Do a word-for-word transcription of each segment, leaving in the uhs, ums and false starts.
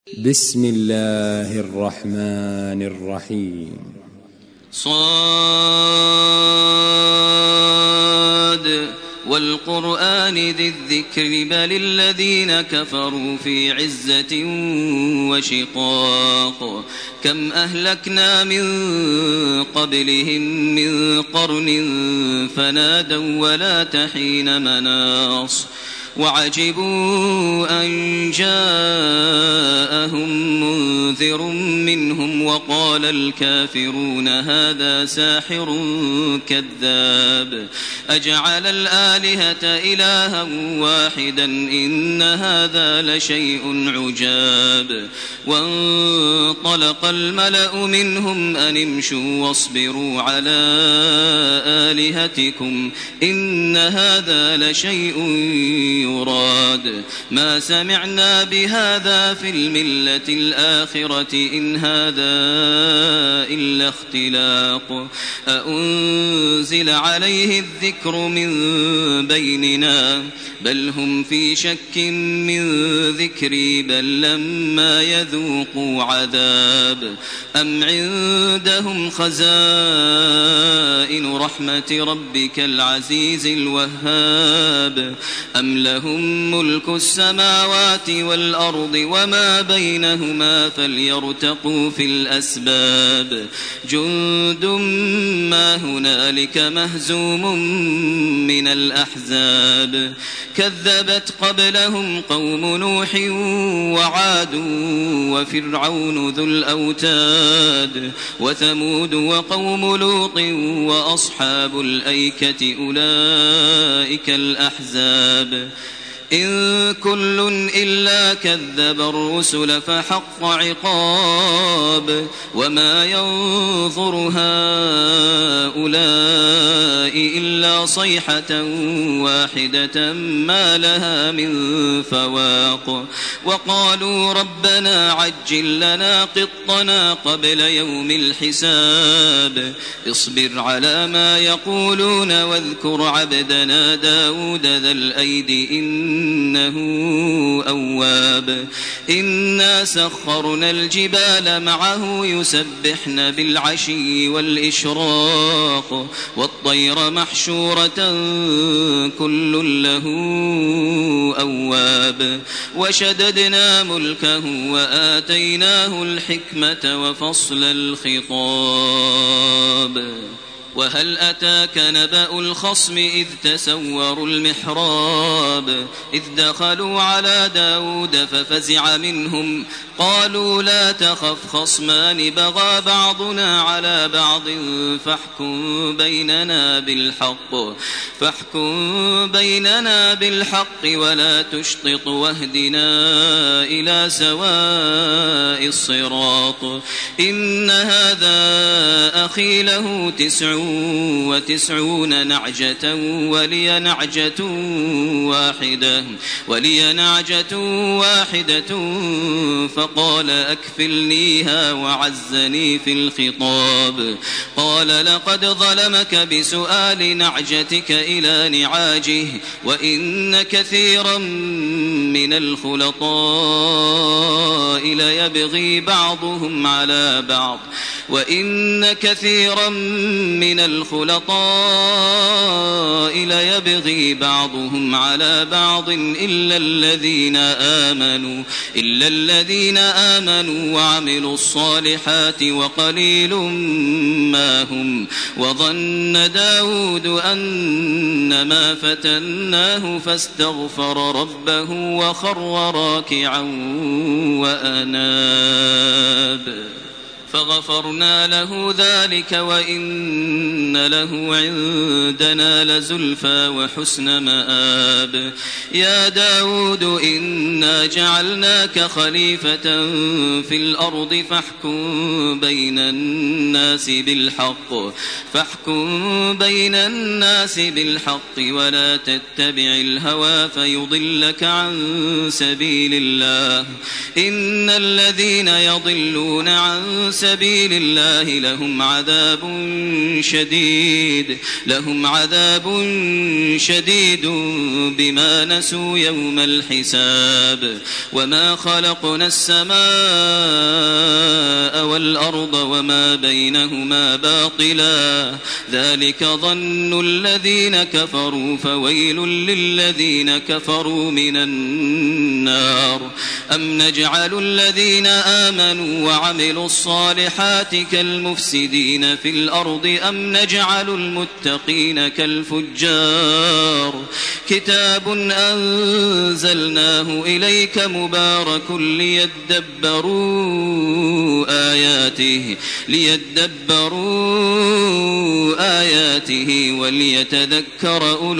بسم الله الرحمن الرحيم. صاد والقرآن ذي الذكر بل الذين كفروا في عزة وشقاق كم أهلكنا من قبلهم من قرن فنادوا ولا تحين مناص وعجبوا أن جاءهم منذر منهم وقال الكافرون هذا ساحر كذاب أجعل الآلهة إلها واحدا إن هذا لشيء عجاب وانطلق الملأ منهم أن امشوا واصبروا على آلهتكم إن هذا لشيء يراد ما سمعنا بهذا في الملة الآخرة إن هذا إلا اختلاق أأنزل عليه الذكر من بيننا بل هم في شك من ذكري بل لما يذوقوا عذاب أم عندهم خزائن رحمة ربك العزيز الوهاب أم لهم ملك السماوات والأرض وما بينهما فليرتقوا في الأسباب جند ما هنالك مهزوم من الأحزاب كذبت قبلهم قوم نوح وعاد وفرعون ذو الأوتاد وثمود وقوم لوط وأصحاب الأيكة أولئك الأحزاب إن كل إلا كذب الرسل فحق عقاب وما ينظر هؤلاء إلا صيحة واحدة ما لها من فواق وقالوا ربنا عجل لنا قطنا قبل يوم الحساب اصبر على ما يقولون واذكر عبدنا داود ذا الأيد إن إنه أواب إنا سخرنا الجبال معه يسبحن بالعشي والإشراق والطير محشورة كل له أواب وشددنا ملكه وآتيناه الحكمة وفصل الخطاب وهل أتاك نبأ الخصم إذ تسوروا المحراب إذ دخلوا على داود ففزع منهم قالوا لا تخف خصمان بغى بعضنا على بعض فاحكم بيننا بالحق فاحكم بيننا بالحق ولا تشطط واهدنا إلى سواء الصراط إن هذا أخي له تسع وتسعون نعجة ولي نعجة واحدة ولي نعجة واحدة فقال أكفلنيها وعزني في الخطاب قال لقد ظلمك بسؤال نعجتك إلى نعاجه وإن كثيرا من الخلطاء ليبغي بعضهم على بعض وإن كثيرا من الخلطاء ليبغي بعضهم على بعض إلا الذين آمنوا إلا الذين آمنوا وعملوا الصالحات وقليل ما هم وظن داود أنما فتناه فاستغفر ربه وخر راكعا وأناب فغفرنا له ذلك وإن له عندنا لزلفى وحسن مآب يا داود إنا جعلناك خليفة في الأرض فاحكم بين الناس بالحق فاحكم بين الناس بالحق ولا تتبع الهوى فيضلك عن سبيل الله إن الذين يضلون عن سبيل الله لهم عذاب شديد لهم عذاب شديد بما نسوا يوم الحساب وما خلقنا السماء والأرض وما بينهما باطلا ذلك ظن الذين كفروا فويل للذين كفروا من النار أم نجعل الذين آمنوا وعملوا الصالحات كالمفسدين في الأرض أم نجعل المتقين كالفجار كتاب أنزلناه إليك مبارك ليدبروا آياته ليدبروا آياته وليتذكر أولو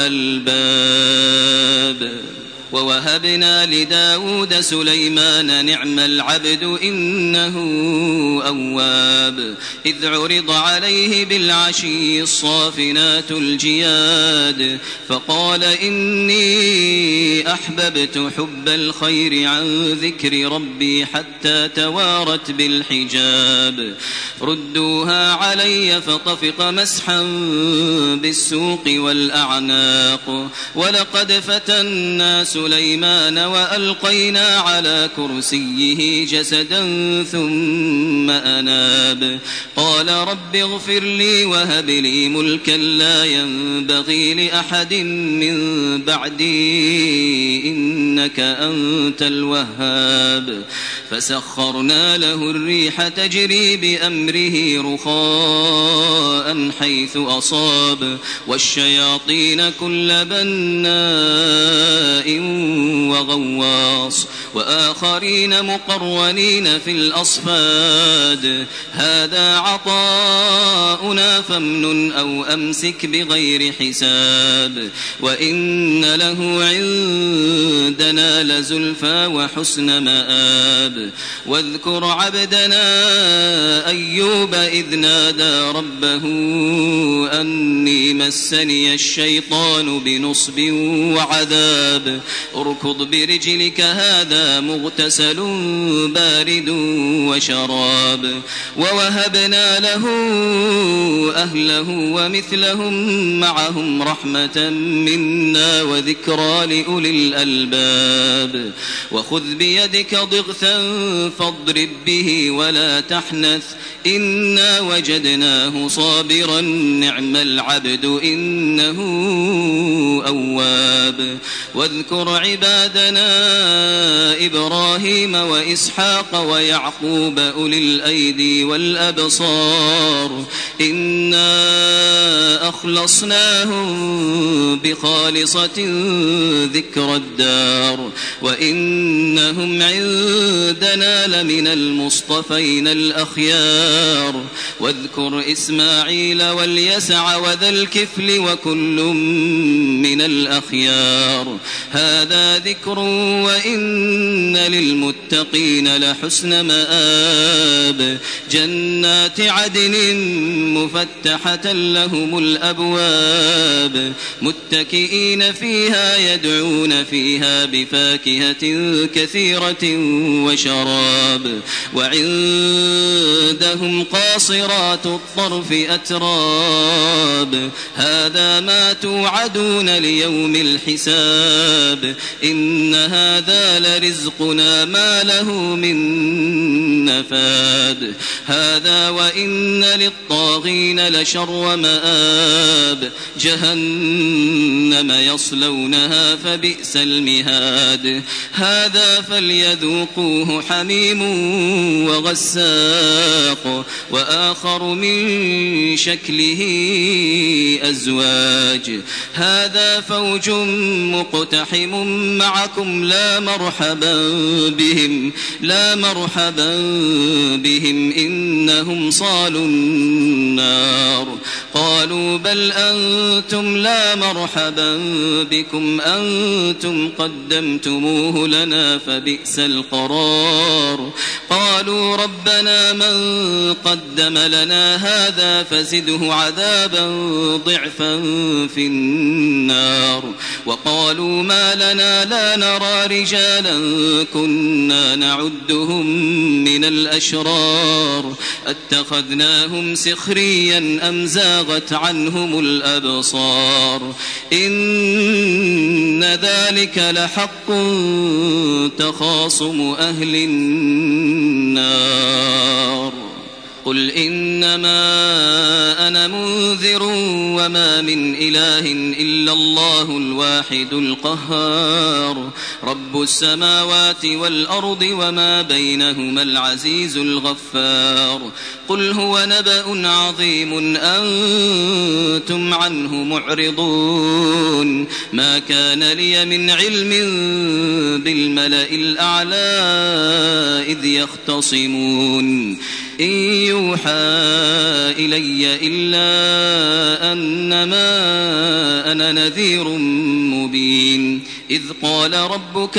الألباب ووهبنا لداود سليمان نعم العبد إنه أواب إذ عرض عليه بالعشي الصافنات الجياد فقال إني أحببت حب الخير عن ذكر ربي حتى توارت بالحجاب ردوها علي فطفق مسحا بالسوق والأعناق ولقد فتنا سليمان وألقينا على كرسيه جسدا ثم أناب قال رب اغفر لي وهب لي ملكا لا ينبغي لأحد من بعدي إنك أنت الوهاب فسخرنا له الريح تجري بأمره رخاء حيث أصاب والشياطين كل بناء وغواص وآخرين مقرنين في الأصفاد هذا عطاؤنا فامنن أو أمسك بغير حساب وإن له عندنا لزلفى وحسن مآب واذكر عبدنا أيوب إذ نادى ربه أني مسني الشيطان بنصب وعذاب اركض برجلك هذا مغتسل بارد وشراب ووهبنا له أهله ومثلهم معهم رحمة منا وذكرى لأولي الألباب وخذ بيدك ضغثا فاضرب به ولا تحنث إنا وجدناه صابرا نعم العبد إنه أواب واذكر عبادنا إبراهيم وإسحاق ويعقوب أولي الأيدي والأبصار إنا أخلصناهم بخالصة ذكر الدار وإنهم عندنا لمن المصطفين الأخيار واذكر إسماعيل واليسع وذا الكفل وكل من الأخيار هذا ذكر وإن للمتقين لحسن مآب جنات عدن مفتحة لهم الأبواب متكئين فيها يدعون فيها بفاكهة كثيرة وشراب وعندهم قاصرات الطرف أتراب هذا ما توعدون ليوم الحساب إن هذا لرزقنا ما له من نفاد هذا وإن للطاغين لشر مآب جهنم يصلونها فبئس المهاد هذا فليذوقوه حميم وغساق وآخر من شكله أزواج هذا فوج مقتحم معكم لا مرحبا بهم لا مرحبا بهم إنهم صالوا النار قالوا بل أنتم لا مرحبا بكم أنتم قدمتموه لنا فبئس القرار قالوا ربنا من قدم لنا هذا فزده عذابا ضعفا في النار وقالوا ما لنا لا نرى رجالا كنا نعدهم من من الأشرار أتخذناهم سخريا أم زاغت عنهم الأبصار إن ذلك لحق تخاصم أهل النار قل إنما أنا منذر وما من إله إلا الله الواحد القهار رب السماوات والأرض وما بينهما العزيز الغفار قل هو نبأ عظيم أنتم عنه معرضون ما كان لي من علم بالملأ الأعلى إذ يختصمون إن يوحى إلي إلا أنما أنا نذير مبين إذ قال ربك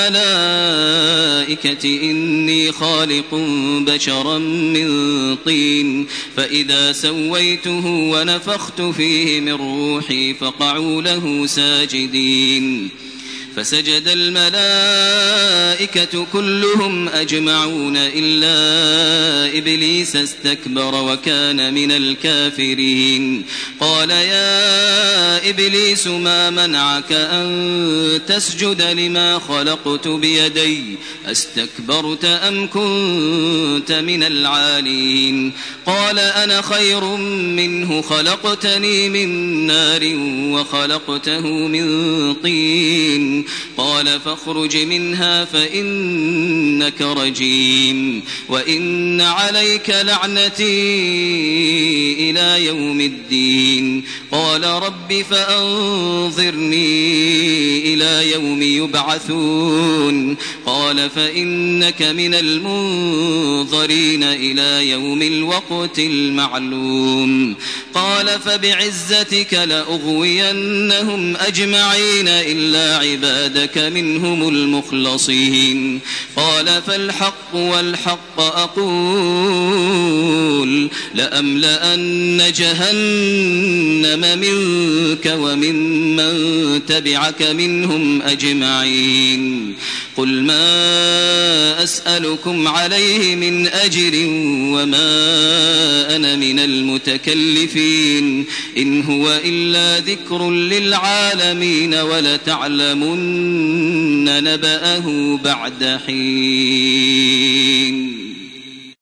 للملائكة إني خالق بشرا من طين فإذا سويته ونفخت فيه من روحي فقعوا له ساجدين فسجد الملائكة كلهم أجمعون إلا إبليس استكبر وكان من الكافرين قال يا إبليس ما منعك أن تسجد لما خلقت بيدي أستكبرت أم كنت من العالين قال أنا خير منه خلقتني من نار وخلقته من طين قال فاخرج منها فإنك رجيم وإن عليك لعنتي إلى يوم الدين قال رب فأنظرني إلى يوم يبعثون قال فإنك من المنظرين إلى يوم الوقت المعلوم قال فبعزتك لأغوينهم أجمعين إلا عبادك منهم المخلصين قال فالحق والحق أقول لأملأن جهنم منك وممن تبعك منهم أجمعين قل ما أسألكم عليه من أجر وما أنا من المتكلفين إن هو إلا ذكر للعالمين ولتعلمن نبأه بعد حين